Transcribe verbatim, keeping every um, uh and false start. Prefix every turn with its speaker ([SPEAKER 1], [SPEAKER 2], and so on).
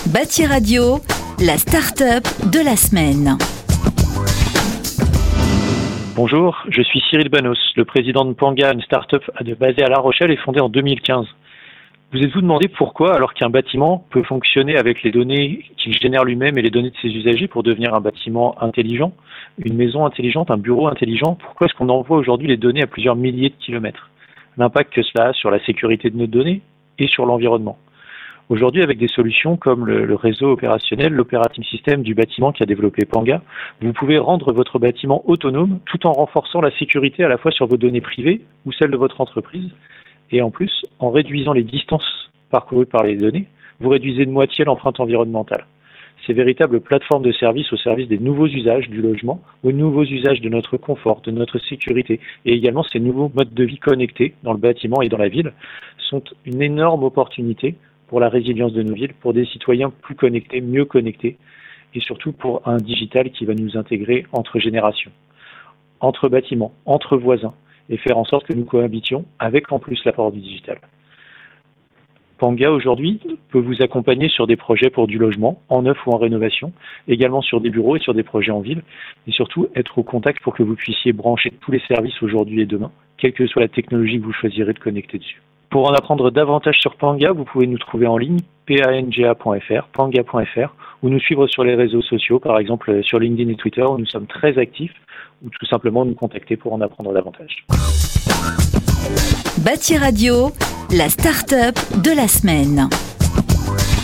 [SPEAKER 1] Bâti Radio, la start-up de la semaine.
[SPEAKER 2] Bonjour, je suis Cyril Banos, le président de Panga, une start-up basée à La Rochelle et fondée en deux mille quinze. Vous êtes-vous demandé pourquoi, alors qu'un bâtiment peut fonctionner avec les données qu'il génère lui-même et les données de ses usagers pour devenir un bâtiment intelligent, une maison intelligente, un bureau intelligent, pourquoi est-ce qu'on envoie aujourd'hui les données à plusieurs milliers de kilomètres? L'impact que cela a sur la sécurité de nos données et sur l'environnement. Aujourd'hui, avec des solutions comme le, le réseau opérationnel, l'operating system du bâtiment qu'a développé Panga, vous pouvez rendre votre bâtiment autonome tout en renforçant la sécurité à la fois sur vos données privées ou celles de votre entreprise. Et en plus, en réduisant les distances parcourues par les données, vous réduisez de moitié l'empreinte environnementale. Ces véritables plateformes de services au service des nouveaux usages du logement, aux nouveaux usages de notre confort, de notre sécurité, et également ces nouveaux modes de vie connectés dans le bâtiment et dans la ville, sont une énorme opportunité pour la résilience de nos villes, pour des citoyens plus connectés, mieux connectés, et surtout pour un digital qui va nous intégrer entre générations, entre bâtiments, entre voisins, et faire en sorte que nous cohabitions avec en plus l'apport du digital. Panga aujourd'hui peut vous accompagner sur des projets pour du logement, en neuf ou en rénovation, également sur des bureaux et sur des projets en ville, et surtout être au contact pour que vous puissiez brancher tous les services aujourd'hui et demain, quelle que soit la technologie que vous choisirez de connecter dessus. Pour en apprendre davantage sur Panga, vous pouvez nous trouver en ligne, panga point f r, panga point f r, ou nous suivre sur les réseaux sociaux, par exemple sur LinkedIn et Twitter, où nous sommes très actifs, ou tout simplement nous contacter pour en apprendre davantage.
[SPEAKER 1] Bâti Radio, la start-up de la semaine.